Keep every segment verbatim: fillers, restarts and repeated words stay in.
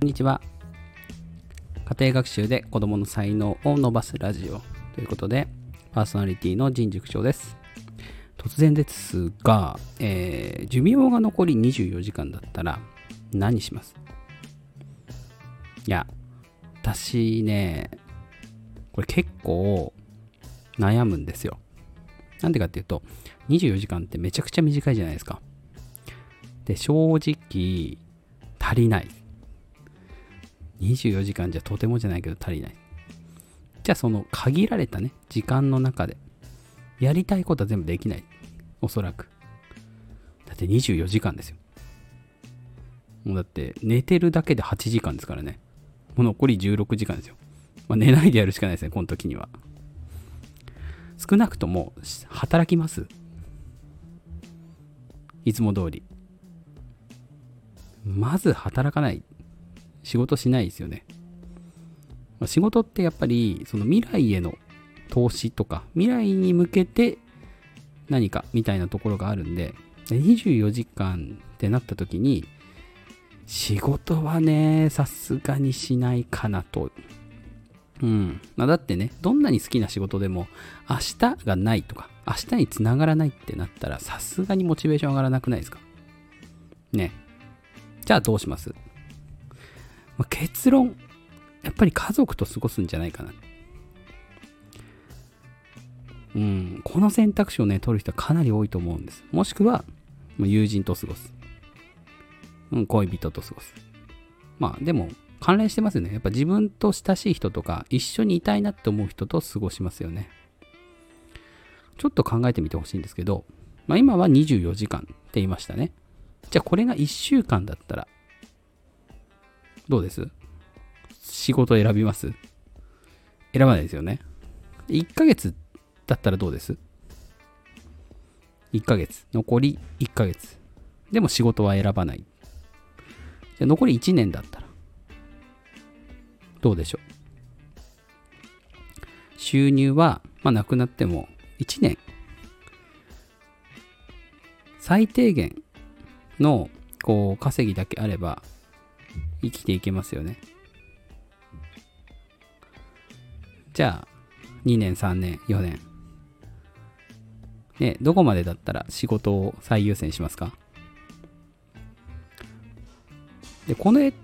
こんにちは。家庭学習で子どもの才能を伸ばすラジオということで、パーソナリティの陣塾長です。突然ですが、えー、寿命が残りにじゅうよじかんだったら何します？いや、私ね、これ結構悩むんですよ。なんでかっていうと、にじゅうよじかんってめちゃくちゃ短いじゃないですか。で、正直足りない。にじゅうよじかんじゃとてもじゃないけど足りない。じゃあその限られたね、時間の中でやりたいことは全部できない。おそらく。だってにじゅうよじかんですよ。もうだって寝てるだけではちじかんですからね。もう残りじゅうろくじかんですよ。まあ、寝ないでやるしかないですね、この時には。少なくとも働きます。いつも通り。まず働かない。仕事しないですよね。仕事ってやっぱりその未来への投資とか未来に向けて何かみたいなところがあるんで、にじゅうよじかんってなった時に仕事はね、さすがにしないかなと。うん。まあ、だってね、どんなに好きな仕事でも明日がないとか明日につながらないってなったらさすがにモチベーション上がらなくないですかね。じゃあどうします？まあ、結論、やっぱり家族と過ごすんじゃないかな。うん、この選択肢をね、取る人はかなり多いと思うんです。もしくは、友人と過ごす。うん、恋人と過ごす。まあ、でも、関連してますよね。やっぱ自分と親しい人とか、一緒にいたいなって思う人と過ごしますよね。ちょっと考えてみてほしいんですけど、まあ、今はにじゅうよじかんって言いましたね。じゃあ、これがいっしゅうかんだったら、どうです？仕事選びます？選ばないですよね。いっかげつだったらどうです？ いっ ヶ月。残りいっかげつ。でも仕事は選ばない。じゃあ残りいちねんだったらどうでしょう？収入は、まあ、なくなってもいちねん。最低限のこう稼ぎだけあれば生きていけますよね。じゃあにねん、さんねん、よねん。ね、どこまでだったら仕事を最優先しますか？で、これって、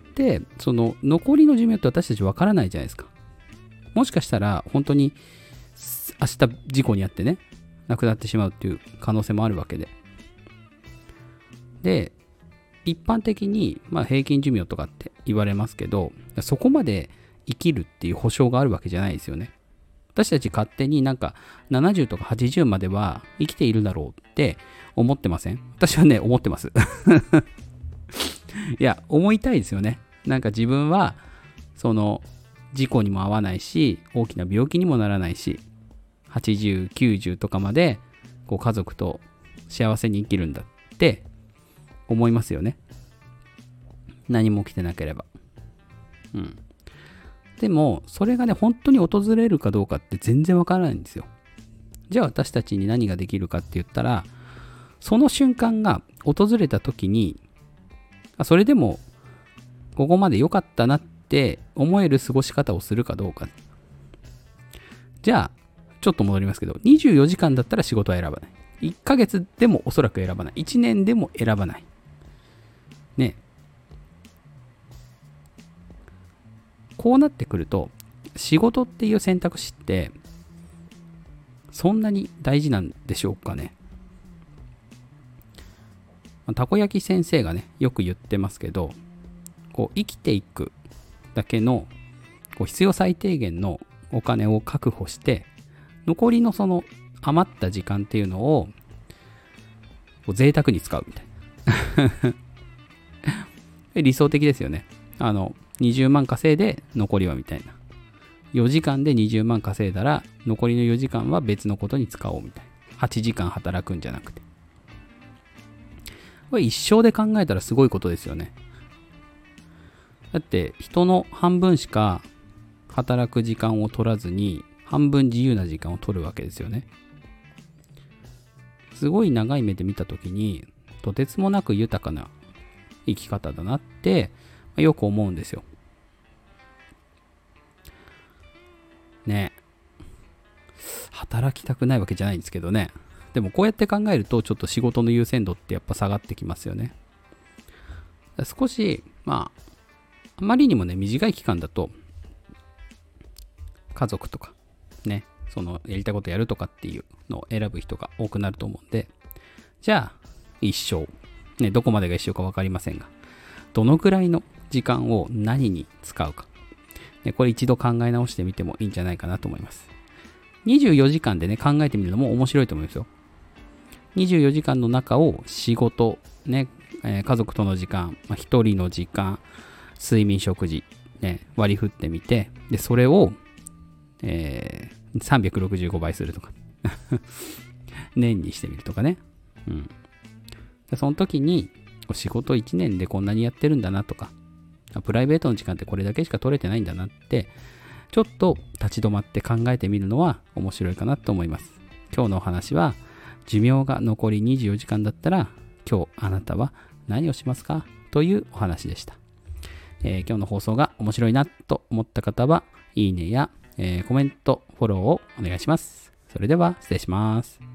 その残りの寿命って私たちわからないじゃないですか。もしかしたら本当に明日事故に遭ってね、亡くなってしまうっていう可能性もあるわけで。で、一般的に、まあ、平均寿命とかって言われますけど、そこまで生きるっていう保証があるわけじゃないですよね。私たち勝手になんかななじゅうとかはちじゅうまでは生きているだろうって思ってません？私はね、思ってます。いや、思いたいですよね。なんか自分は、その、事故にも遭わないし、大きな病気にもならないし、はちじゅう、きゅうじゅうとかまで、こう家族と幸せに生きるんだって思いますよね。何も起きてなければ。うん。でも、それがね、本当に訪れるかどうかって全然わからないんですよ。じゃあ私たちに何ができるかって言ったら、その瞬間が訪れた時に、それでも、ここまで良かったなって思える過ごし方をするかどうか。じゃあ、ちょっと戻りますけど、にじゅうよじかんだったら仕事は選ばない。いっかげつでもおそらく選ばない。いちねんでも選ばない。ね。こうなってくると、仕事っていう選択肢って、そんなに大事なんでしょうかね。たこ焼き先生がね、よく言ってますけど、こう生きていくだけのこう必要最低限のお金を確保して、残りのその余った時間っていうのをこう贅沢に使うみたいな。理想的ですよね。あの、にじゅうまん稼いで残りはみたいな。よじかんでにじゅうまん稼いだら残りのよじかんは別のことに使おうみたいな。はちじかん働くんじゃなくて。これ一生で考えたらすごいことですよね。だって人の半分しか働く時間を取らずに半分自由な時間を取るわけですよね。すごい長い目で見たときにとてつもなく豊かな生き方だなってよく思うんですよ。 ね、働きたくないわけじゃないんですけどね。でもこうやって考えるとちょっと仕事の優先度ってやっぱ下がってきますよね。少しまああまりにもね短い期間だと家族とかね、そのやりたいことやるとかっていうのを選ぶ人が多くなると思うんで、じゃあ一生ね、どこまでが一生か分かりませんが、どのくらいの時間を何に使うか、ね、これ一度考え直してみてもいいんじゃないかなと思います。にじゅうよじかんでね考えてみるのも面白いと思いますよ。にじゅうよじかんの中を仕事ね、えー、家族との時間、まあ、一人の時間、睡眠食事、ね、割り振ってみて、でそれを、えー、さんびゃくろくじゅうごばいするとか年にしてみるとかね、うん、でその時に仕事いちねんでこんなにやってるんだなとか、プライベートの時間ってこれだけしか取れてないんだなってちょっと立ち止まって考えてみるのは面白いかなと思います。今日のお話は寿命が残りにじゅうよじかんだったら今日あなたは何をしますかというお話でした。えー、今日の放送が面白いなと思った方はいいねや、えー、コメント、フォローをお願いします。それでは失礼します。